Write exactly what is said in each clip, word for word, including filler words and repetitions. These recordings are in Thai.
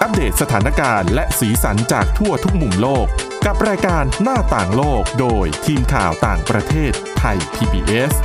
อัปเดตสถานการณ์และสีสันจากทั่วทุกมุมโลกกับรายการหน้าต่างโลกโดยทีมข่าวต่างประเทศไทย พี บี เอส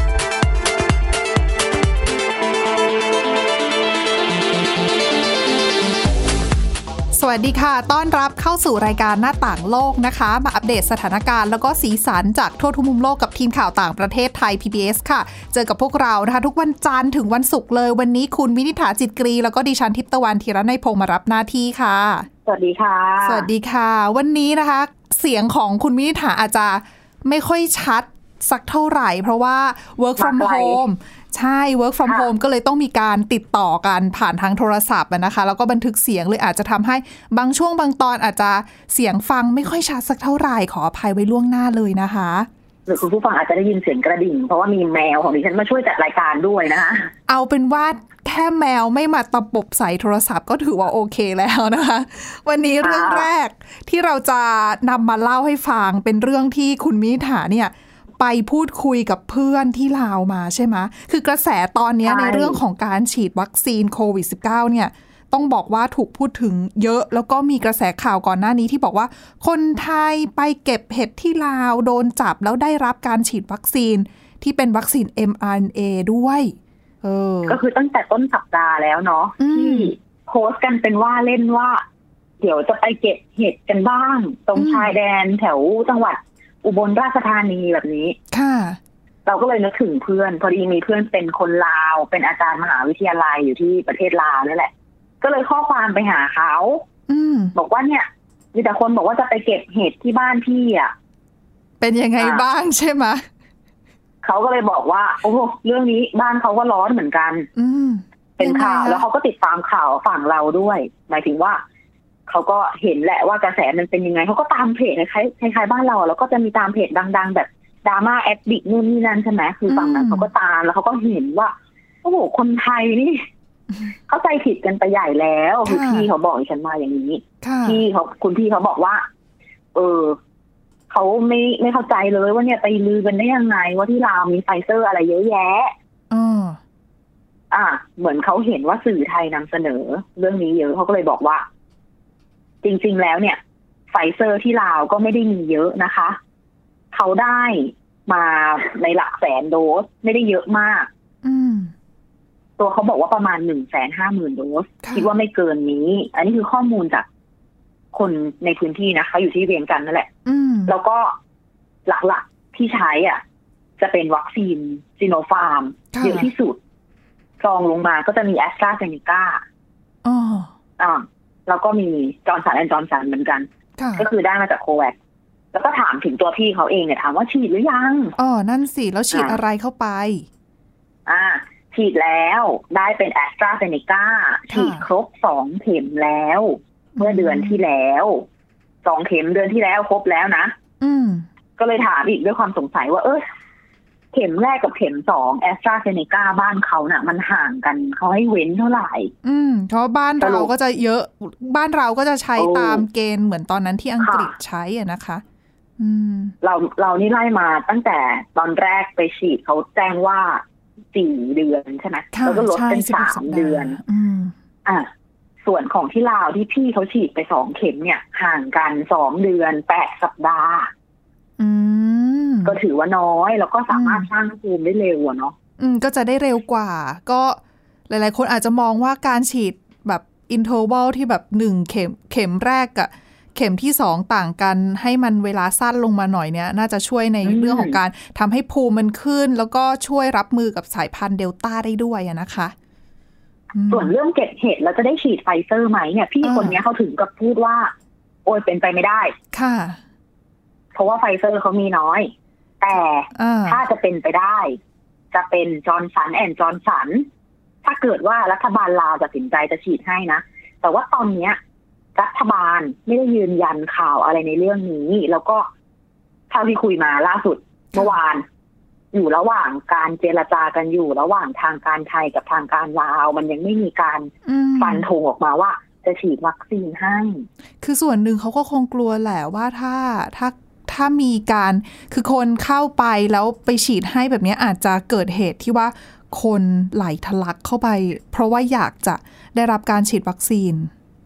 สวัสดีค่ะต้อนรับเข้าสู่รายการหน้าต่างโลกนะคะมาอัปเดตสถานการณ์แล้วก็สีสันจากทั่วทุกมุมโลกกับทีมข่าวต่างประเทศไทย พี บี เอส ค่ะเจอกับพวกเรานะคะทุกวันจันทร์ถึงวันศุกร์เลยวันนี้คุณวินิษฐาจิตกรีแล้วก็ดิฉันทิพย์ตะวันธีรนัยพงศ์มารับหน้าที่ค่ะสวัสดีค่ะสวัสดีค่ะวันนี้นะคะเสียงของคุณวินิษฐาอาจจะไม่ค่อยชัดสักเท่าไหร่เพราะว่า work from homeใช่ work from home ก็เลยต้องมีการติดต่อกันผ่านทางโทรศัพท์นะคะแล้วก็บันทึกเสียงเลยอาจจะทำให้บางช่วงบางตอนอาจจะเสียงฟังไม่ค่อยชัดสักเท่าไหร่ขออภัยไว้ล่วงหน้าเลยนะคะหรือคุณผู้ฟังอาจจะได้ยินเสียงกระดิ่งเพราะว่ามีแมวของดิฉันมาช่วยจัดรายการด้วยนะคะเอาเป็นว่าแค่แมวไม่มาตะปบใส่โทรศัพท์ก็ถือว่าโอเคแล้วนะคะวันนี้เรื่องแรกที่เราจะนำมาเล่าให้ฟังเป็นเรื่องที่คุณมิถาเนี่ยไปพูดคุยกับเพื่อนที่ลาวมาใช่ไหมคือกระแสตอนนี้ ในเรื่องของการฉีดวัคซีนโควิด สิบเก้า เนี่ยต้องบอกว่าถูกพูดถึงเยอะแล้วก็มีกระแสข่าวก่อนหน้านี้ที่บอกว่าคนไทยไปเก็บเห็ดที่ลาวโดนจับแล้วได้รับการฉีดวัคซีนที่เป็นวัคซีน เอ็ม อาร์ เอ็น เอ ด้วยเออก็คือตั้งแต่ต้นสัปดาห์แล้วเนาะที่โพสต์กันเป็นว่าเล่นว่าเดี๋ยวจะไปเก็บเห็ดกันบ้างตรงชายแดนแถวจังหวัดอุบลราชธานีแบบนี้ค่ะเราก็เลยนึกถึงเพื่อนพอดีมีเพื่อนเป็นคนลาวเป็นอาจารย์มหาวิทยาลัยอยู่ที่ประเทศลาวนั่นแหละก็เลยข้อความไปหาเขาบอกว่าเนี่ยมีแต่คนบอกว่าจะไปเก็บเห็ดที่บ้านพี่อ่ะเป็นยังไงบ้างใช่ไหมเขาก็เลยบอกว่าโอ้เรื่องนี้บ้านเขาก็ร้อนเหมือนกันเป็นข่าวแล้วเขาก็ติดตามข่าวฝั่งเราด้วยหมายถึงว่าเขาก็เห็นแหละว่ากระแสมันเป็นยังไงเขาก็ตามเพจคล้ายๆคล้ายๆบ้านเราแล้วก็จะมีตามเพจดังๆแบบดราม่าแอดดิกนู่นนี่นั่นใช่ไหมคือฝั่งนั้นเขาก็ตามแล้วเขาก็เห็นว่าโอ้โหคนไทยนี่เข้าใจผิดกันไปใหญ่แล้วคือพี่เขาบอกฉันมาอย่างนี้พี่เขาคุณพี่เขาบอกว่าเออเขาไม่ไม่เข้าใจเลยว่าเนี่ยไปลือกันได้ยังไงว่าที่ลาวมีไฟเซอร์อะไรเยอะแยะอ่าเหมือนเขาเห็นว่าสื่อไทยนำเสนอเรื่องนี้เยอะเขาก็เลยบอกว่าจริงๆแล้วเนี่ยไฟเซอร์ที่ลาวก็ไม่ได้มีเยอะนะคะเขาได้มาในหลักแสนโดสไม่ได้เยอะมากตัวเขาบอกว่าประมาณหนึ่งแสนห้าหมื่นโดสคิดว่าไม่เกินนี้อันนี้คือข้อมูลจากคนในพื้นที่นะเขาอยู่ที่เวียงจันทร์นั่นแหละแล้วก็หลักๆที่ใช้อ่ะจะเป็นวัคซีนซิโนฟาร์มเยอะที่สุดรองลงมาก็จะมีแอสตราเซเนกาอ๋ออ่าแล้วก็มีจอร์นสันแอนด์จอร์นสันเหมือนกันก็คือได้มาจากโคแวคแล้วก็ถามถึงตัวพี่เขาเองเนี่ยถามว่าฉีดหรือยังอ๋อนั่นสิแล้วฉีดอะไรเข้าไปอ่าฉีดแล้วได้เป็นแอสตราเซเนกาฉีดครบสองเข็มแล้วเมื่อเดือนที่แล้วสองเข็มเดือนที่แล้วครบแล้วนะอืมก็เลยถามอีกด้วยความสงสัยว่าเออเข็มแรกกับเข็มสองแอสตราเซเนกาบ้านเขาน่ะมันห่างกันเขาให้เว้นเท่าไหร่อืมเพราะบ้านเราก็จะเยอะบ้านเราก็จะใช้ตามเกณฑ์เหมือนตอนนั้นที่อังกฤษใช้อ่ะนะคะอืมเราเรานี่ไล่มาตั้งแต่ตอนแรกไปฉีดเขาแจ้งว่าสี่เดือนใช่ไหมแล้วก็ลดเป็นสามเดือนอืมอ่ะส่วนของที่ลาวที่พี่เขาฉีดไปสองเข็มเนี่ยห่างกันสองเดือนแปดสัปดาห์อืมก็ถือว่าน้อยแล้วก็สามารถสร้างภูมิได้เร็วเนาะอืมก็จะได้เร็วกว่าก็หลายๆคนอาจจะมองว่าการฉีดแบบอินเทอร์วัลที่แบบหนึ่งเข็มเข็มแรกกับเข็มที่สองต่างกันให้มันเวลาสั้นลงมาหน่อยเนี้ยน่าจะช่วยในเรื่องของการทำให้ภูมิมันขึ้นแล้วก็ช่วยรับมือกับสายพันธุ์เดลต้าได้ด้วยอะนะคะส่วนเรื่องเก็บเห็ดแล้วจะได้ฉีดไฟเซอร์ไหมเนี่ยพี่คนนี้เขาถึงกับพูดว่าโอ้ยเป็นไปไม่ได้ค่ะเพราะว่าไฟเซอร์เขามีน้อยแต่ถ้าจะเป็นไปได้จะเป็นจอร์นสันแอนด์จอร์นสันถ้าเกิดว่ารัฐบาลลาวตัดสินใจจะฉีดให้นะแต่ว่าตอนเนี้ยรัฐบาลไม่ได้ยืนยันข่าวอะไรในเรื่องนี้แล้วก็เท่าที่คุยมาล่าสุดเมื่อวานอยู่ระหว่างการเจรจากันอยู่ระหว่างทางการไทยกับทางการลาวมันยังไม่มีการฟันธงออกมาว่าจะฉีดวัคซีนให้คือส่วนหนึ่งเขาก็คงกลัวแหละว่าถ้าถ้าถ้ามีการคือคนเข้าไปแล้วไปฉีดให้แบบนี้อาจจะเกิดเหตุที่ว่าคนไหลทะลักเข้าไปเพราะว่าอยากจะได้รับการฉีดวัคซีน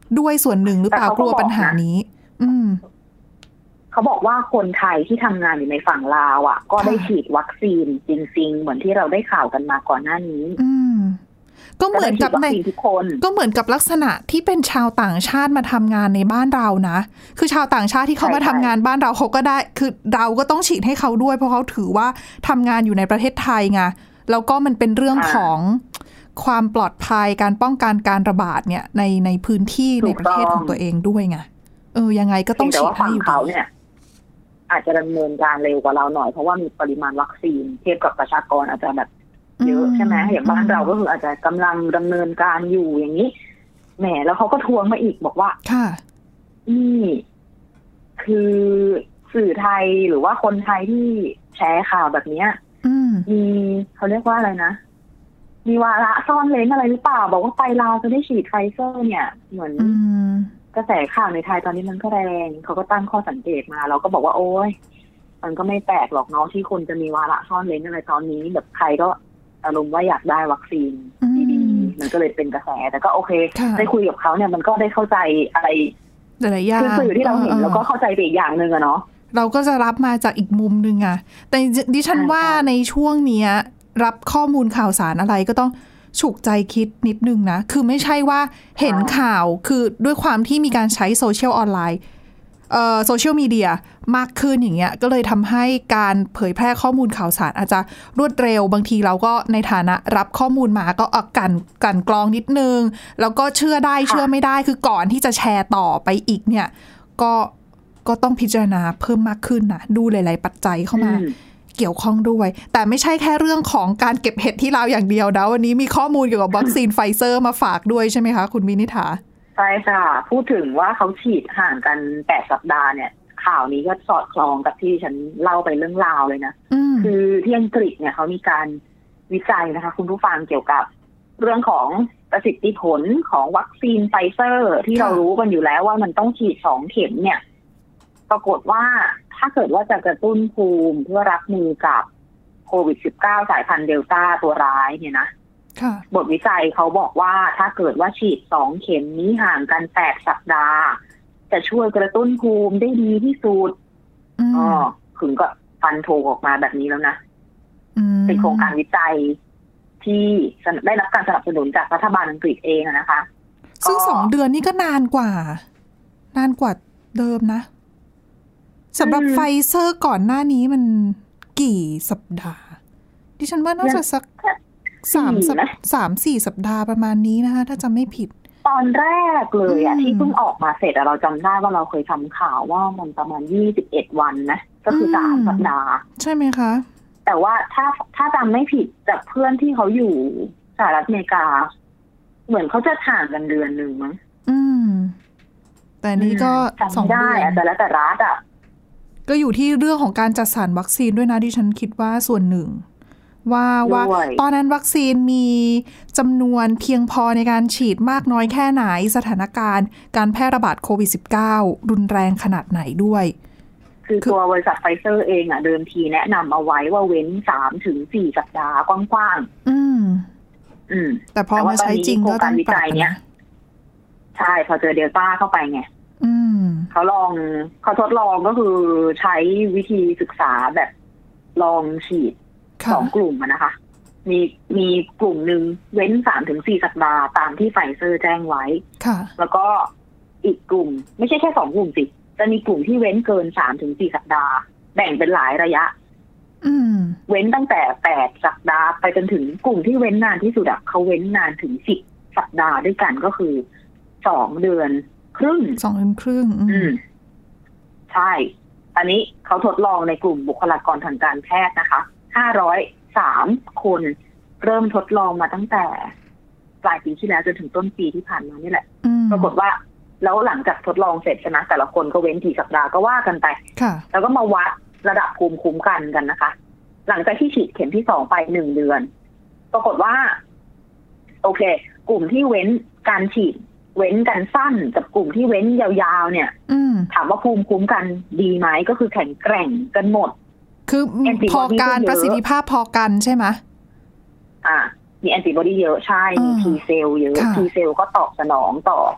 ด้วยส่วนหนึ่งหรือเปล่ากลัวปัญหานี้อืมเขาบอกว่าคนไทยที่ทำงานอยู่ในฝั่งลาวอ่ะก็ได้ฉีดวัคซีนจริงๆเหมือนที่เราได้ข่าวกันมาก่อนหน้านี้อืมก็เหมือนกับในก็เหมือนกับลักษณะที่เป็นชาวต่างชาติมาทำงานในบ้านเรานะคือชาวต่างชาติที่เขามาทำงานบ้านเราเขาก็ได้คือเราก็ต้องฉีดให้เขาด้วยเพราะเขาถือว่าทำงานอยู่ในประเทศไทยไงแล้วก็มันเป็นเรื่องของความปลอดภัยการป้องกันการระบาดเนี่ยในในพื้นที่ในประเทศของตัวเองด้วยไงเออยังไงก็ต้องฉีดให้อยู่เขาเนี่ยอาจจะดำเนินการเร็วกว่าเราหน่อยเพราะว่ามีปริมาณวัคซีนเทียบกับประชากรอาจจะแบบเยอะใช่ไหมอย่างบ้านเราก็คืออาจจะกำลังดำเนินการอยู่อย่างนี้แหมแล้วเขาก็ทวงมาอีกบอกว่าค่ะนี่คือสื่อไทยหรือว่าคนไทยที่แชร์ข่าวแบบนี้มีเขาเรียกว่าอะไรนะมีวาระซ่อนเร้นอะไรหรือเปล่าบอกว่าไปลาวจะได้ฉีดไฟเซอร์เนี่ยเหมือนกระแสข่าวในไทยตอนนี้มันก็แรงเขาก็ตั้งข้อสังเกตมาเราก็บอกว่าโอ๊ยมันก็ไม่แปลกหรอกเนาะที่คนจะมีวาระซ่อนเร้นอะไรตอนนี้แบบใครก็อารมณ์ว่าอยากได้วัคซีนดีๆมันก็เลยเป็นกระแสแต่ก็โอเคได้คุยกับเขาเนี่ยมันก็ได้เข้าใจอะไรหลายอย่างคือสื่อที่เราเห็นแล้วก็เข้าใจไปอีกอย่างนึงอะเนาะเราก็จะรับมาจากอีกมุมนึงอะแต่ดิฉันว่าในช่วงนี้รับข้อมูลข่าวสารอะไรก็ต้องฉุกใจคิดนิดนึงนะคือไม่ใช่ว่าเห็นข่าวคือด้วยความที่มีการใช้โซเชียลออนไลน์เอ่อโซเชียลมีเดียมากขึ้นอย่างเงี้ยก็เลยทำให้การเผยแพร่ข้อมูลข่าวสารอาจจะรวดเร็วบางทีเราก็ในฐานะรับข้อมูลมาก็เอากันกันกรองนิดนึงแล้วก็เชื่อได้เชื่อไม่ได้คือก่อนที่จะแชร์ต่อไปอีกเนี่ยก็ก็ต้องพิจารณาเพิ่มมากขึ้นนะดูหลายๆปัจจัยเข้ามาเกี่ยวข้องด้วยแต่ไม่ใช่แค่เรื่องของการเก็บเห็ดที่ลาวอย่างเดียวนะวันนี้มีข้อมูลเกี่ยวกับวัคซีนไฟเซอร์มาฝากด้วยใช่ไหมคะคุณมินิถาใช่ค่ะพูดถึงว่าเขาฉีดห่างกันแปดสัปดาห์เนี่ยข่าวนี้ก็สอดคล้องกับที่ฉันเล่าไปเรื่องลาวเลยนะคือที่อังกฤษเนี่ยเขามีการวิจัยนะคะคุณผู้ฟังเกี่ยวกับเรื่องของประสิทธิผลของวัคซีนไฟเซอร์ที่เรารู้กันอยู่แล้วว่ามันต้องฉีดสองเข็มเนี่ยปรากฏว่าถ้าเกิดว่าจะกระตุ้นภูมิเพื่อรับมือกับโควิด สิบเก้า สายพันธุ์เดลต้าตัวร้ายเนี่ยนะบทวิจัยเขาบอกว่าถ้าเกิดว่าฉีดสองเข็มนี้ห่างกันแปดสัปดาห์จะช่วยกระตุ้นภูมิได้ดีที่สุดอ๋อถึงก็ฟันโทออกมาแบบนี้แล้วนะเป็นโครงการวิจัยที่ได้รับการสนับสนุนจากรัฐบาลอังกฤษเองนะคะซึ่งสองเดือนนี่ก็นานกว่านานกว่าเดิมนะสำหรับไฟเซอร์ก่อนหน้านี้มันกี่สัปดาห์ดิฉันว่าน่าจะสักสามสัปสามสี่สัปดาห์ประมาณนี้นะคะถ้าจำไม่ผิดตอนแรกเลยอะที่เพิ่งออกมาเสร็จเราจำได้ว่าเราเคยทำข่าวว่ามันประมาณยี่สิบเอ็ดวันนะก็คือสามสัปดาห์ใช่ไหมคะแต่ว่าถ้าถ้าจำไม่ผิดจากเพื่อนที่เขาอยู่สหรัฐอเมริกาเหมือนเขาจะห่างกันเดือนนึงมั้งอืมแต่นี่ก็สองเดือนแต่แล้วแต่รัฐอะก็อยู่ที่เรื่องของการจัดสรรวัคซีนด้วยนะที่ฉันคิดว่าส่วนหนึ่งว่าว่าตอนนั้นวัคซีนมีจำนวนเพียงพอในการฉีดมากน้อยแค่ไหนสถานการณ์การแพร่ระบาดโควิด สิบเก้า รุนแรงขนาดไหนด้วยคือตัวบริษัทไฟเซอร์เองอ่ะเดิมทีแนะนำเอาไว้ว่าเว้น สามถึงสี่ สัปดาห์กว้างๆอืมอืมแต่พอมาใช้จริงก็ต้องปรับนะใช่พอเจอเดลต้าเข้าไปไงเขาลองเขาทดลองก็คือใช้วิธีศึกษาแบบลองฉีดสองกลุ่มนะคะมีมีกลุ่มหนึ่งเว้น สามถึงสี่ สัปดาห์ตามที่ไฟเซอร์แจ้งไว้แล้วก็อีกกลุ่มไม่ใช่แค่สองกลุ่มสิจะมีกลุ่มที่เว้นเกิน สามถึงสี่ สัปดาห์แบ่งเป็นหลายระยะเว้นตั้งแต่แปดสัปดาห์ไปจนถึงกลุ่มที่เว้นนานที่สุดอะเขาเว้นนานถึงสิบสัปดาห์ด้วยกันก็คือสองเดือนครึ่งสองเดือนครึ่งอืมใช่อันนี้เขาทดลองในกลุ่มบุคลากรทางการแพทย์นะคะห้าร้อยสามคนเริ่มทดลองมาตั้งแต่ปลายปีที่แล้วจนถึงต้นปีที่ผ่านมานี่แหละปรากฏว่าแล้วหลังจากทดลองเสร็จใช่ไหมแต่ละคนก็เว้นกี่สัปดาห์ก็ว่ากันไปแล้วก็มาวัดระดับภูมิคุ้มกันกันนะคะหลังจากที่ฉีดเข็มที่สองไปหนึ่งเดือนปรากฏว่าโอเคกลุ่มที่เว้นการฉีดเว้นกันสั้นกับกลุ่มที่เว้นยาวๆเนี่ยถามว่าภูมิคุ้มกันดีไหมก็คือแข็งแกร่งกันหมดคือพอการประสิทธิภาพพอกันใช่ไหมอ่ามีแอนติบอดีเยอะใช่มี T เซลล์เยอะ T เซลล์ก็ตอบสนองต่อ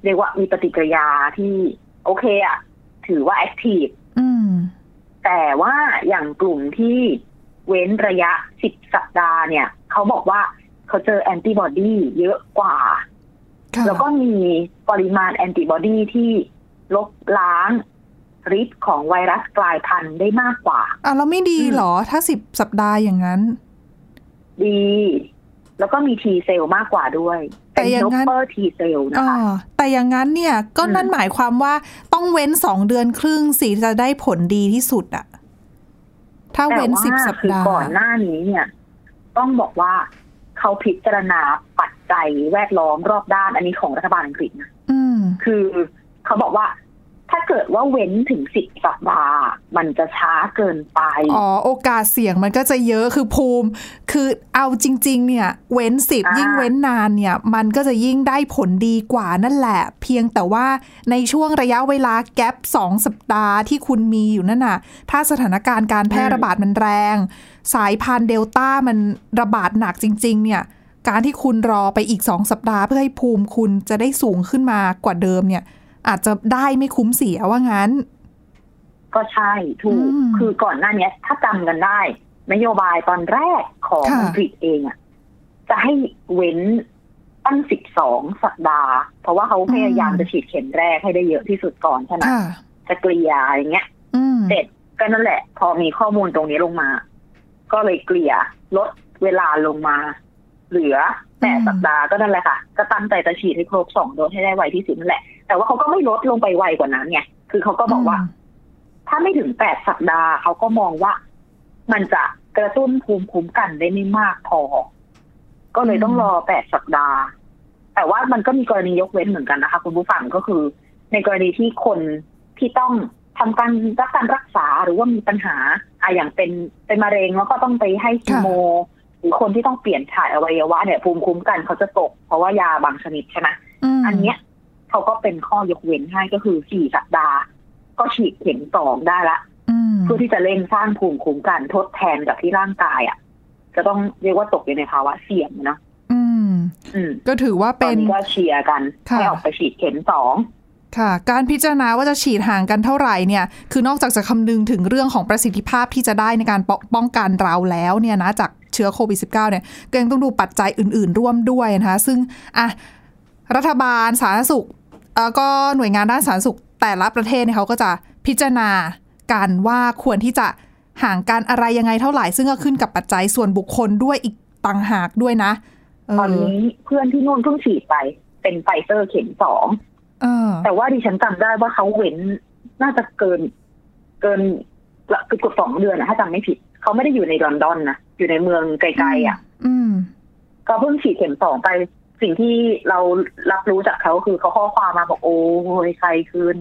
เรียกว่ามีปฏิกิริยาที่โอเคอะถือว่าแอคทีฟแต่ว่าอย่างกลุ่มที่เว้นระยะสิบสัปดาห์เนี่ยเขาบอกว่าเขาเจอแอนติบอดีเยอะกว่าแล้วก็มีปริมาณแอนติบอดีที่ลบล้างฤทธิ์ของไวรัสกลายพันธุ์ได้มากกว่าอ่ะแล้วไม่ดีหรอถ้าสิบสัปดาห์อย่างนั้นดีแล้วก็มี T เซลล์มากกว่าด้วยแต่อย่างนั้น T เซลล์นะคะแต่อย่างนั้นเนี่ยก็นั่นหมายความว่าต้องเว้นสองเดือนครึ่งสิจะได้ผลดีที่สุดอะถ้าเว้นสิบสัปดาห์ก่อนหน้านี้เนี่ยต้องบอกว่าเขาพิจารณาปัจจัยแวดล้อมรอบด้านอันนี้ของรัฐบาลอังกฤษนะคือเขาบอกว่าถ้าเกิดว่าเว้นถึงสิบสัปดาห์มันจะช้าเกินไปอ๋อโอกาสเสี่ยงมันก็จะเยอะคือภูมิคือเอาจริงๆเนี่ยเว้นสิบยิ่งเว้นนานเนี่ยมันก็จะยิ่งได้ผลดีกว่านั่นแหละเพียงแต่ว่าในช่วงระยะเวลาแกปสองสัปดาห์ที่คุณมีอยู่นั่นน่ะถ้าสถานการณ์การแพร่ระบาดมันแรงสายพันธุ์เดลต้ามันระบาดหนักจริงๆเนี่ยการที่คุณรอไปอีกสองสัปดาห์เพื่อให้ภูมิคุณจะได้สูงขึ้นมากว่าเดิมเนี่ยอาจจะได้ไม่คุ้มเสียว่างั้นก็ใช่ถูกคือก่อนหน้านี้ถ้าจำกันได้นโยบายตอนแรกของอังกฤษเองอ่ะจะให้เว้นตั้งสิบสองสัปดาห์เพราะว่าเขาพยายามจะฉีดเข็มแรกให้ได้เยอะที่สุดก่อนใช่ไหมจะเกลี่ยอย่างเงี้ยเสร็จก็นั่นแหละพอมีข้อมูลตรงนี้ลงมาก็เลยเกลี่ยลดเวลาลงมาเหลือแปดสัปดาห์ก็นั่นแหละค่ะก็ตั้งใจจะฉีดให้ครบสองโดสให้ได้ไวที่สุดนั่นแหละแต่ว่าเขาก็ไม่ลดลงไปไวกว่านั้นไงคือเขาก็บอกว่าถ้าไม่ถึงแปดสัปดาห์เขาก็มองว่ามันจะกระตุ้นภูมิคุ้มกันได้ไม่มากพอก็เลยต้องรอแปดสัปดาห์แต่ว่ามันก็มีกรณียกเว้นเหมือนกันนะคะคุณผู้ฟังก็คือในกรณีที่คนที่ต้องทำการรับการรักษาหรือว่ามีปัญหาอ่ะอย่างเป็นเป็นมะเร็งแล้วก็ต้องไปให้คีโมหรือคนที่ต้องเปลี่ยนถ่ายอวัยวะเนี่ยภูมิคุ้มกันเขาจะตกเพราะว่ายาบางชนิดใช่ไหม อ, อันเนี้ยเขาก็เป็นข้อยกเว้นให้ก็คือสี่สัปดาห์ก็ฉีดเข็มสองได้ละเพื่อที่จะเร่งสร้างภูมิคุ้มกันทดแทนกับที่ร่างกายอ่ะจะต้องเรียกว่าตกอยู่ในภาวะเสี่ยงนะอืมอืมก็ถือว่าเป็นก็เชียร์กันให้ออกไปฉีดเข็มสองค่ะการพิจารณาว่าจะฉีดห่างกันเท่าไหร่เนี่ยคือนอกจากจะคำนึงถึงเรื่องของประสิทธิภาพที่จะได้ในการป้องกันเราแล้วเนี่ยนะจากเชื้อโควิด สิบเก้า เนี่ยก็ยังต้องดูปัจจัยอื่นๆร่วมด้วยนะคะซึ่งอ่ะรัฐบาลสาธารณสุขเอ่อก็หน่วยงานด้านสาธารณสุขแต่ละประเทศเนี่ยเขาก็จะพิจารณากันว่าควรที่จะห่างกันอะไรยังไงเท่าไหร่ซึ่งก็ขึ้นกับปัจจัยส่วนบุคคลด้วยอีกต่างหากด้วยนะตอนนี้เพื่อนที่นู่นเพิ่งฉีดไปเป็นไฟเซอร์เข็มสองแต่ว่าดิฉันจำได้ว่าเขาเว้นน่าจะเกินเกินเกือบสองเดือนนะถ้าจำไม่ผิดเขาไม่ได้อยู่ในลอนดอนนะอยู่ในเมืองไกลๆอ่ะก็เพิ่งฉีดเข็มสองไปสิ่งที่เรารับรู้จากเขาคือเขาข้อความมาบอกโอ้ยใครขึ้น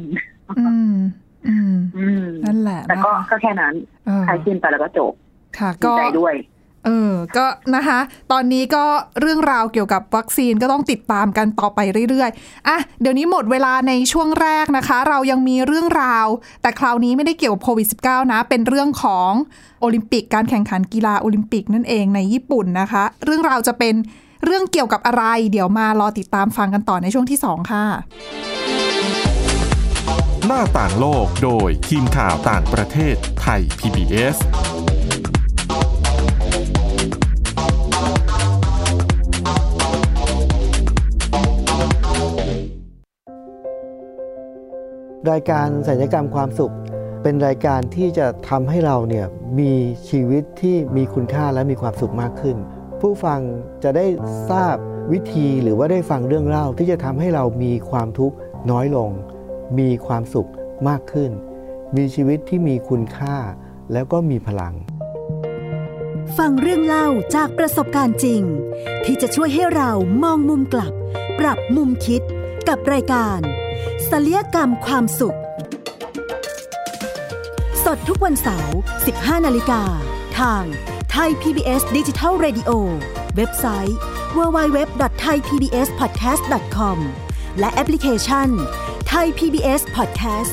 นั่นแหละแต่ก็ก็แค่นั้นใครขึ้นไปแล้วก็จบค่ะก็ใจด้วยเออก็นะคะตอนนี้ก็เรื่องราวเกี่ยวกับวัคซีนก็ต้องติดตามกันต่อไปเรื่อยๆอ่ะเดี๋ยวนี้หมดเวลาในช่วงแรกนะคะเรายังมีเรื่องราวแต่คราวนี้ไม่ได้เกี่ยวกับโควิด สิบเก้า นะเป็นเรื่องของโอลิมปิกการแข่งขันกีฬาโอลิมปิกนั่นเองในญี่ปุ่นนะคะเรื่องราวจะเป็นเรื่องเกี่ยวกับอะไรเดี๋ยวมารอติดตามฟังกันต่อในช่วงที่สองค่ะหน้าต่างโลกโดยทีมข่าวต่างประเทศไทย พี บี เอสรายการศัลยกรรมความสุขเป็นรายการที่จะทำให้เราเนี่ยมีชีวิตที่มีคุณค่าและมีความสุขมากขึ้นผู้ฟังจะได้ทราบวิธีหรือว่าได้ฟังเรื่องเล่าที่จะทำให้เรามีความทุกข์น้อยลงมีความสุขมากขึ้นมีชีวิตที่มีคุณค่าแล้วก็มีพลังฟังเรื่องเล่าจากประสบการณ์จริงที่จะช่วยให้เรามองมุมกลับปรับมุมคิดกับรายการศัลยกรรมความสุขสดทุกวันเสาร์ สิบห้านาฬิกา ทางไทย พี บี เอส Digital Radio เว็บไซต์ ดับเบิลยู ดับเบิลยู ดับเบิลยู ดอท ไทย พี บี เอส พอดแคสต์ ดอท คอม และแอปพลิเคชัน Thai พี บี เอส Podcast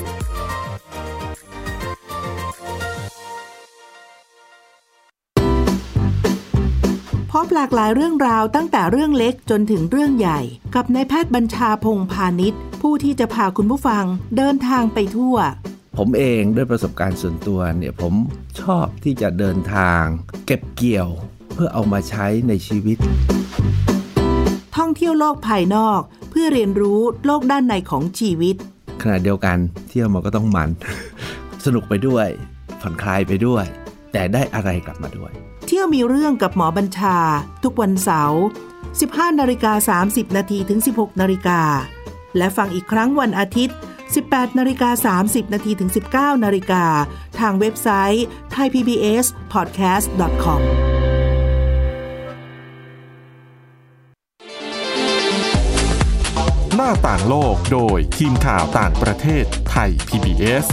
พบหลากหลายเรื่องราวตั้งแต่เรื่องเล็กจนถึงเรื่องใหญ่กับนายแพทย์บัญชาพงษ์พาณิชย์ผู้ที่จะพาคุณผู้ฟังเดินทางไปทั่วผมเองด้วยประสบการณ์ส่วนตัวเนี่ยผมชอบที่จะเดินทางเก็บเกี่ยวเพื่อเอามาใช้ในชีวิตท่องเที่ยวโลกภายนอกเพื่อเรียนรู้โลกด้านในของชีวิตขณะเดียวกันเที่ยวมันก็ต้องมัน สนุกไปด้วยผ่อนคลายไปด้วยแต่ได้อะไรกลับมาด้วยเที่ยวมีเรื่องกับหมอบัญชาทุกวันเสาร์ สิบห้านาฬิกาสามสิบนาทีถึง สิบหกนาฬิกาและฟังอีกครั้งวันอาทิตย์ สิบแปดนาฬิกาสามสิบนาทีถึง สิบเก้านาฬิกาทางเว็บไซต์ ไทย พี บี เอส พอดแคสต์ ดอท คอมหน้าต่างโลกโดยทีมข่าวต่างประเทศไทย พี บี เอส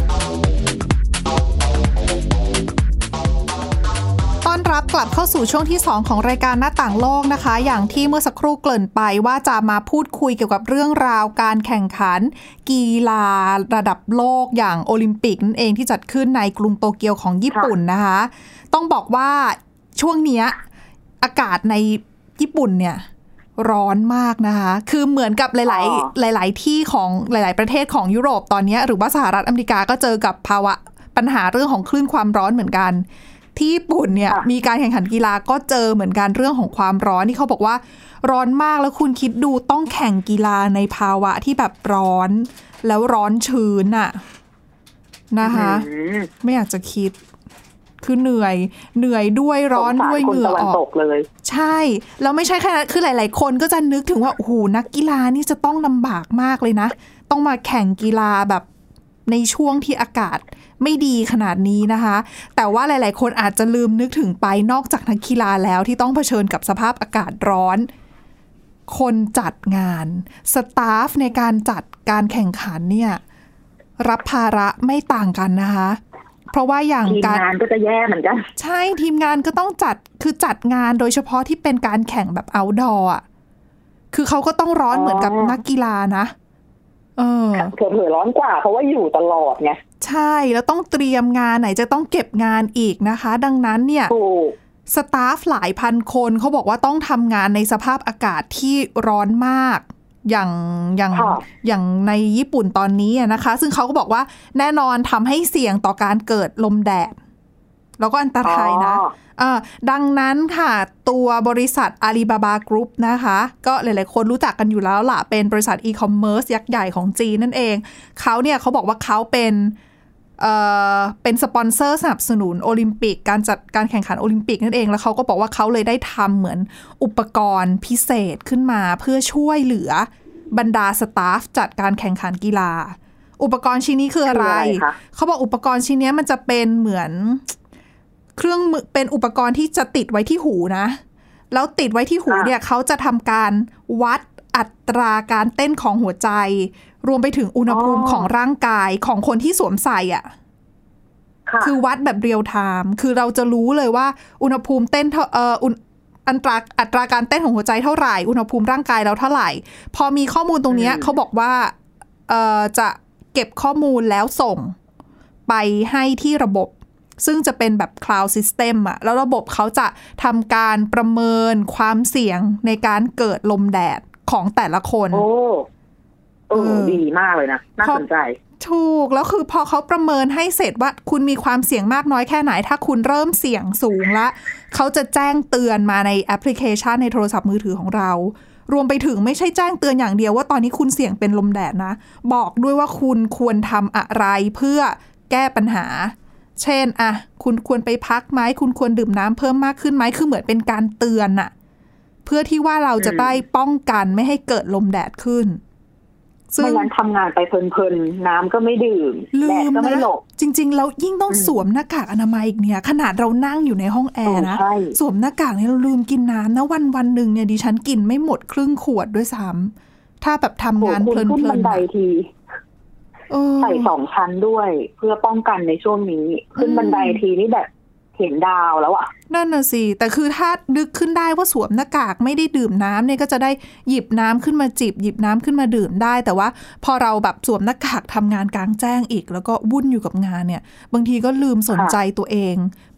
ต้อนรับกลับเข้าสู่ช่วงที่สองของรายการหน้าต่างโลกนะคะอย่างที่เมื่อสักครู่เกริ่นไปว่าจะมาพูดคุยเกี่ยวกับเรื่องราวการแข่งขันกีฬาระดับโลกอย่างโอลิมปิกนั่นเองที่จัดขึ้นในกรุงโตเกียวของญี่ปุ่นนะคะต้องบอกว่าช่วงนี้อากาศในญี่ปุ่นเนี่ยร้อนมากนะคะคือเหมือนกับหลายๆหลายๆที่ของหลายๆประเทศของยุโรปตอนนี้หรือว่าสหรัฐอเมริกาก็เจอกับภาวะปัญหาเรื่องของคลื่นความร้อนเหมือนกันที่ญี่ปุ่นเนี่ยมีการแข่งขันกีฬาก็เจอเหมือนกันเรื่องของความร้อนที่เขาบอกว่าร้อนมากแล้วคุณคิดดูต้องแข่งกีฬาในภาวะที่แบบร้อนแล้วร้อนชื้นอะนะคะไม่อยากจะคิดคือเหนื่อยเหนื่อยด้วยร้อนด้วยเหงื่อออกเลยใช่แล้วไม่ใช่แค่นั้นคือหลายๆคนก็จะนึกถึงว่าโอ้โหนักกีฬานี่จะต้องลำบากมากเลยนะต้องมาแข่งกีฬาแบบในช่วงที่อากาศไม่ดีขนาดนี้นะคะแต่ว่าหลายๆคนอาจจะลืมนึกถึงไปนอกจากนักกีฬาแล้วที่ต้องเผชิญกับสภาพอากาศร้อนคนจัดงานสตาฟในการจัดการแข่งขันเนี่ยรับภาระไม่ต่างกันนะคะเพราะว่าอย่างการทีมงานก็จะแย่เหมือนกันใช่ทีมงานก็ต้องจัดคือจัดงานโดยเฉพาะที่เป็นการแข่งแบบ outdoor อ่ะคือเขาก็ต้องร้อนเหมือนกับนักกีฬานะเออเผลอๆร้อนกว่าเพราะว่าอยู่ตลอดไงใช่แล้วต้องเตรียมงานไหนจะต้องเก็บงานอีกนะคะดังนั้นเนี่ยสตาฟหลายพันคนเขาบอกว่าต้องทำงานในสภาพอากาศที่ร้อนมากอย่างอย่างอย่างในญี่ปุ่นตอนนี้นะคะซึ่งเขาก็บอกว่าแน่นอนทำให้เสี่ยงต่อการเกิดลมแดดแล้วก็อันตรายนะดังนั้นค่ะตัวบริษัท Alibaba Group นะคะก็หลายๆคนรู้จักกันอยู่แล้วล่ะเป็นบริษัทอีคอมเมิร์ซยักษ์ใหญ่ของจีนนั่นเองเขาเนี่ยเขาบอกว่าเขาเป็นเอ่อเป็นสปอนเซอร์สนับสนุนโอลิมปิกการจัดการแข่งขันโอลิมปิกนั่นเองแล้วเขาก็บอกว่าเขาเลยได้ทำเหมือนอุปกรณ์พิเศษขึ้นมาเพื่อช่วยเหลือบรรดาสตาฟจัดการแข่งขันกีฬาอุปกรณ์ชิ้นนี้คืออะไรเขาบอกอุปกรณ์ชิ้นนี้มันจะเป็นเหมือนเครื่องมือเป็นอุปกรณ์ที่จะติดไว้ที่หูนะแล้วติดไว้ที่หูเนี่ยเขาจะทำการวัดอัตราการเต้นของหัวใจรวมไปถึงอุณหภูมิของร่างกายของคนที่สวมใส่อ่ะคือวัดแบบเรียลไทม์คือเราจะรู้เลยว่าอุณหภูมิเต้นเอ่ออัตราอัตราการเต้นของหัวใจเท่าไหร่อุณหภูมิร่างกายเราเท่าไหร่พอมีข้อมูลตรงนี้เขาบอกว่าเอ่อจะเก็บข้อมูลแล้วส่งไปให้ที่ระบบซึ่งจะเป็นแบบ cloud system อะแล้วระบบเขาจะทำการประเมินความเสี่ยงในการเกิดลมแดดของแต่ละคนโอ้เออดีมากเลยนะน่าสนใจถูกแล้วคือพอเขาประเมินให้เสร็จว่าคุณมีความเสี่ยงมากน้อยแค่ไหนถ้าคุณเริ่มเสี่ยงสูงละเขาจะแจ้งเตือนมาในแอปพลิเคชันในโทรศัพท์มือถือของเรารวมไปถึงไม่ใช่แจ้งเตือนอย่างเดียวว่าตอนนี้คุณเสี่ยงเป็นลมแดดนะบอกด้วยว่าคุณควรทำอะไรเพื่อแก้ปัญหาเช่นอ่ะคุณควรไปพักไหมคุณควรดื่มน้ำเพิ่มมากขึ้นไหมคือเหมือนเป็นการเตือนน่ะเพื่อที่ว่าเราจะได้ป้องกันไม่ให้เกิดลมแดดขึ้นไม่งั้นทำงานไปเพลินๆน้ำก็ไม่ดื่มแดดก็ไม่หลบจริงๆแล้วยิ่งต้องสวมหน้ากากอนามัยอีกเนี่ยขนาดเรานั่งอยู่ในห้องแอร์นะสวมหน้ากากเนี่ยเราลืมกินน้ำนะวันวันหนึ่งเนี่ยดิฉันกินไม่หมดครึ่งขวดด้วยซ้ำถ้าแบบทำงานเพลินๆขึ้นบันไดทีใส่สองชั้นด้วยเพื่อป้องกันในช่วงนี้ขึ้นบันไดทีนี่แบบเห็นดาวแล้วอ่ะนั่นน่ะสิแต่คือถ้านึกขึ้นได้ว่าสวมหน้ากากไม่ได้ดื่มน้ำเนี่ยก็จะได้หยิบน้ำขึ้นมาจิบหยิบน้ำขึ้นมาดื่มได้แต่ว่าพอเราแบบสวมหน้ากากทำงานกลางแจ้งอีกแล้วก็วุ่นอยู่กับงานเนี่ยบางทีก็ลืมสนใจตัวเอง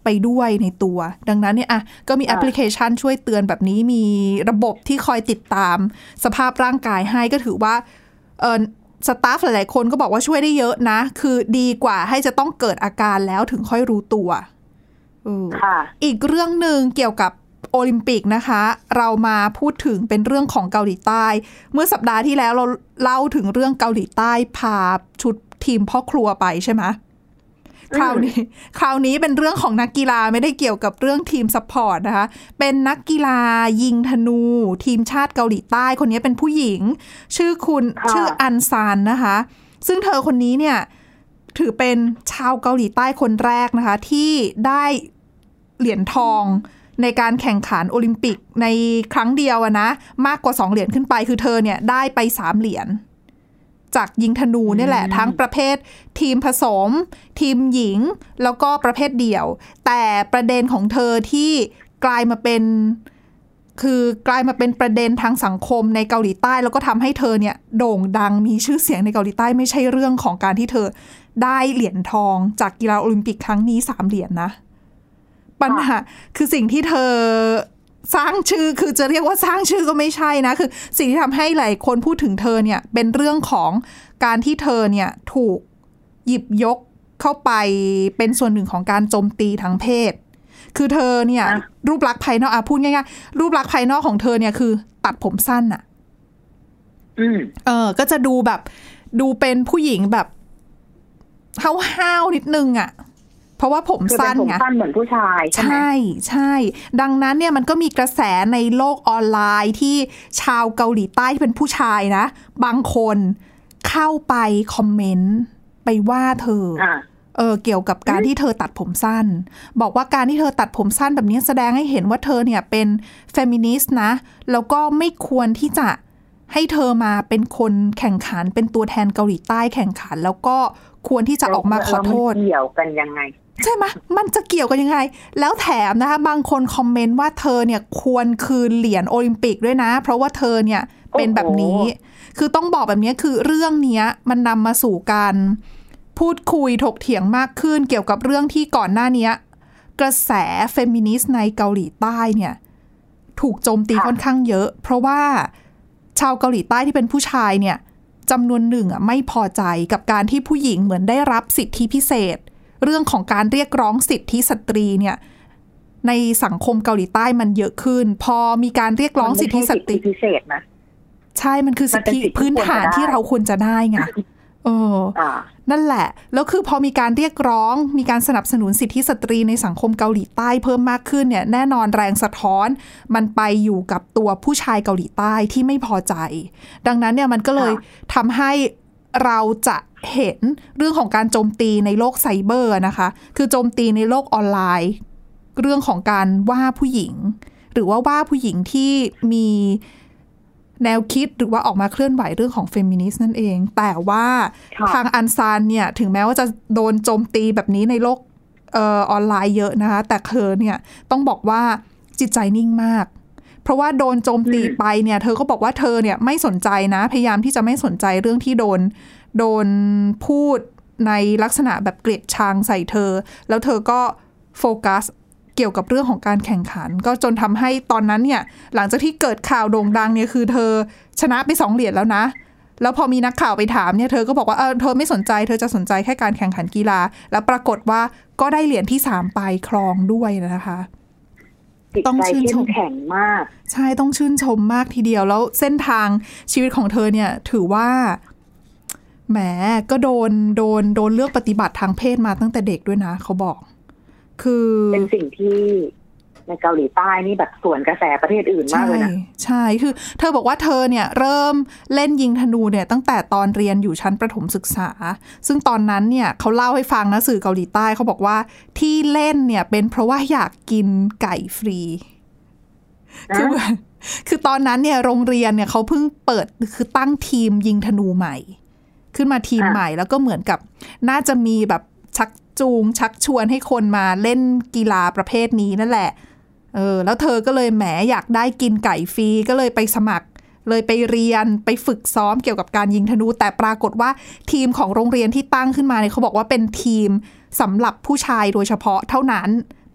ไปด้วยในตัวดังนั้นเนี่ยอ่ะก็มีแอปพลิเคชันช่วยเตือนแบบนี้มีระบบที่คอยติดตามสภาพร่างกายให้ก็ถือว่าเออสตาฟหลายๆคนก็บอกว่าช่วยได้เยอะนะคือดีกว่าให้จะต้องเกิดอาการแล้วถึงค่อยรู้ตัวอีกเรื่องหนึ่งเกี่ยวกับโอลิมปิกนะคะเรามาพูดถึงเป็นเรื่องของเกาหลีใต้เมื่อสัปดาห์ที่แล้วเราเล่าถึงเรื่องเกาหลีใต้พาชุดทีมพ่อครัวไปใช่ไหมคราวนี้คราวนี้เป็นเรื่องของนักกีฬาไม่ได้เกี่ยวกับเรื่องทีมซัพพอร์ตนะคะเป็นนักกีฬายิงธนูทีมชาติเกาหลีใต้คนนี้เป็นผู้หญิงชื่อคุณชื่ออันซานนะคะซึ่งเธอคนนี้เนี่ยถือเป็นชาวเกาหลีใต้คนแรกนะคะที่ได้เหรียญทองในการแข่งขันโอลิมปิกในครั้งเดียวนะมากกว่าสองเหรียญขึ้นไปคือเธอเนี่ยได้ไปสามเหรียญจากยิงธนูนี่แหละทั้งประเภททีมผสมทีมหญิงแล้วก็ประเภทเดี่ยวแต่ประเด็นของเธอที่กลายมาเป็นคือกลายมาเป็นประเด็นทางสังคมในเกาหลีใต้แล้วก็ทำให้เธอเนี่ยโด่งดังมีชื่อเสียงในเกาหลีใต้ไม่ใช่เรื่องของการที่เธอได้เหรียญทองจากกีฬาโอลิมปิกครั้งนี้สามเหรียญนะปัญหาคือสิ่งที่เธอสร้างชื่อคือจะเรียกว่าสร้างชื่อก็ไม่ใช่นะคือสิ่งที่ทำให้หลายคนพูดถึงเธอเนี่ยเป็นเรื่องของการที่เธอเนี่ยถูกหยิบยกเข้าไปเป็นส่วนหนึ่งของการโจมตีทางเพศคือเธอเนี่ยรูปลักษณ์ภายนอกอ่ะพูดง่ายๆรูปลักษณ์ภายนอกของเธอเนี่ยคือตัดผมสั้นอ่ะอืมเออก็จะดูแบบดูเป็นผู้หญิงแบบห้าวๆนิดนึงอ่ะเพราะว่าผมสั้นไงผมสั้นเหมือนผู้ชายใช่ไหมใช่ใช่ดังนั้นเนี่ยมันก็มีกระแสในโลกออนไลน์ที่ชาวเกาหลีใต้ที่เป็นผู้ชายนะบางคนเข้าไปคอมเมนต์ไปว่าเธอเออเกี่ยวกับการที่เธอตัดผมสั้นบอกว่าการที่เธอตัดผมสั้นแบบนี้แสดงให้เห็นว่าเธอเนี่ยเป็นเฟมินิสต์นะแล้วก็ไม่ควรที่จะให้เธอมาเป็นคนแข่งขันเป็นตัวแทนเกาหลีใต้แข่งขันแล้วก็ควรที่จะออกมาขอโทษเกี่ยวกันยังไงใช่ไหมมันจะเกี่ยวกันยังไงแล้วแถมนะคะบางคนคอมเมนต์ว่าเธอเนี่ยควรคืนเหรียญโอลิมปิกด้วยนะเพราะว่าเธอเนี่ยเป็นแบบนี้คือต้องบอกแบบนี้คือเรื่องนี้มันนำมาสู่การพูดคุยถกเถียงมากขึ้นเกี่ยวกับเรื่องที่ก่อนหน้านี้กระแสเฟมินิสต์ในเกาหลีใต้เนี่ยถูกโจมตีค่อนข้างเยอะเพราะว่าชาวเกาหลีใต้ที่เป็นผู้ชายเนี่ยจำนวนหนึ่งอ่ะไม่พอใจกับการที่ผู้หญิงเหมือนได้รับสิทธิพิเศษเรื่องของการเรียกร้องสิทธิสตรีเนี่ยในสังคมเกาหลีใต้มันเยอะขึ้นพอมีการเรียกร้องสิทธิสตรีพิเศษนะใช่มันคือสิทธิพื้นฐานที่เราควรจะได้ไงเออนั่นแหละแล้วคือพอมีการเรียกร้องมีการสนับสนุนสิทธิสตรีในสังคมเกาหลีใต้เพิ่มมากขึ้นเนี่ยแน่นอนแรงสะท้อนมันไปอยู่กับตัวผู้ชายเกาหลีใต้ที่ไม่พอใจดังนั้นเนี่ยมันก็เลยทำให้เราจะเห็นเรื่องของการโจมตีในโลกไซเบอร์นะคะคือโจมตีในโลกออนไลน์เรื่องของการว่าผู้หญิงหรือว่าว่าผู้หญิงที่มีแนวคิดหรือว่าออกมาเคลื่อนไหวเรื่องของเฟมินิสต์นั่นเองแต่ว่าทางอันซานเนี่ยถึงแม้ว่าจะโดนโจมตีแบบนี้ในโลกเอ่อออนไลน์เยอะนะคะแต่เธอเนี่ยต้องบอกว่าจิตใจนิ่งมากเพราะว่าโดนโจมตีไปเนี่ยเธอก็บอกว่าเธอเนี่ยไม่สนใจนะพยายามที่จะไม่สนใจเรื่องที่โดนโดนพูดในลักษณะแบบเกลียดชังใส่เธอแล้วเธอก็โฟกัสเกี่ยวกับเรื่องของการแข่งขันก็จนทำให้ตอนนั้นเนี่ยหลังจากที่เกิดข่าวโด่งดังเนี่ยคือเธอชนะไปสองเหรียญแล้วนะแล้วพอมีนักข่าวไปถามเนี่ยเธอก็บอกว่าเออเธอไม่สนใจเธอจะสนใจแค่การแข่งขันกีฬาแล้วปรากฏว่าก็ได้เหรียญที่สามไปครองด้วยนะคะต้องชื่นชมแข็งมากใช่ต้องชื่นชมมากทีเดียวแล้วเส้นทางชีวิตของเธอเนี่ยถือว่าแหมก็โดนโดนโดนเลือกปฏิบัติทางเพศมาตั้งแต่เด็กด้วยนะเขาบอกคือเป็นสิ่งที่ในเกาหลีใต้นี่แบบสวนกระแสประเทศอื่นมากเลยนะใช่คือเธอบอกว่าเธอเนี่ยเริ่มเล่นยิงธนูเนี่ยตั้งแต่ตอนเรียนอยู่ชั้นประถมศึกษาซึ่งตอนนั้นเนี่ยเขาเล่าให้ฟังนะสื่อเกาหลีใต้เขาบอกว่าที่เล่นเนี่ยเป็นเพราะว่าอยากกินไก่ฟรีคือคือตอนนั้นเนี่ยโรงเรียนเนี่ยเขาเพิ่งเปิดคือตั้งทีมยิงธนูใหม่ขึ้นมาทีมใหม่แล้วก็เหมือนกับน่าจะมีแบบชักจูงชักชวนให้คนมาเล่นกีฬาประเภทนี้นั่นแหละเออแล้วเธอก็เลยแหมอยากได้กินไก่ฟรีก็เลยไปสมัครเลยไปเรียนไปฝึกซ้อมเกี่ยวกับการยิงธนูแต่ปรากฏว่าทีมของโรงเรียนที่ตั้งขึ้นมาเนี่ยเขาบอกว่าเป็นทีมสำหรับผู้ชายโดยเฉพาะเท่านั้น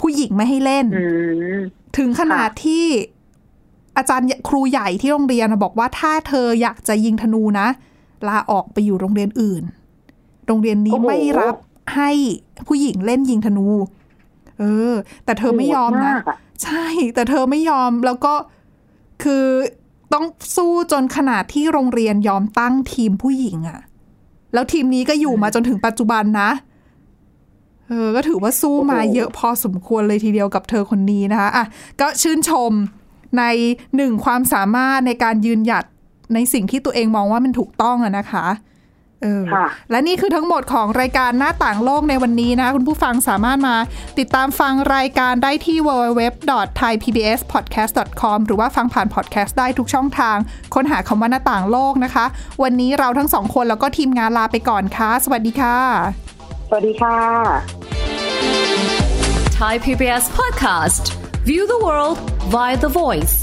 ผู้หญิงไม่ให้เล่นถึงขนาดที่อาจารย์ครูใหญ่ที่โรงเรียนบอกว่าถ้าเธออยากจะยิงธนูนะลาออกไปอยู่โรงเรียนอื่นโรงเรียนนี้ไม่รับให้ผู้หญิงเล่นยิงธนูเออแต่เธอไม่ยอมนะใช่แต่เธอไม่ยอมแล้วก็คือต้องสู้จนขนาดที่โรงเรียนยอมตั้งทีมผู้หญิงอะแล้วทีมนี้ก็อยู่มาจนถึงปัจจุบันนะเออก็ถือว่าสู้มาเยอะพอสมควรเลยทีเดียวกับเธอคนนี้นะคะอ่ะก็ชื่นชมในหนึ่งความสามารถในการยืนหยัดในสิ่งที่ตัวเองมองว่ามันถูกต้องอะนะคะเออและนี่คือทั้งหมดของรายการหน้าต่างโลกในวันนี้นะคุณผู้ฟังสามารถมาติดตามฟังรายการได้ที่ ดับเบิลยู ดับเบิลยู ดับเบิลยู ดอท ไทย พี บี เอส พอดแคสต์ ดอท คอม หรือว่าฟังผ่านพอดแคสต์ได้ทุกช่องทางค้นหาคำว่าหน้าต่างโลกนะคะวันนี้เราทั้งสองคนแล้วก็ทีมงานลาไปก่อนค่ะสวัสดีค่ะสวัสดีค่ะ Thai พี บี เอส Podcast View the world via the voice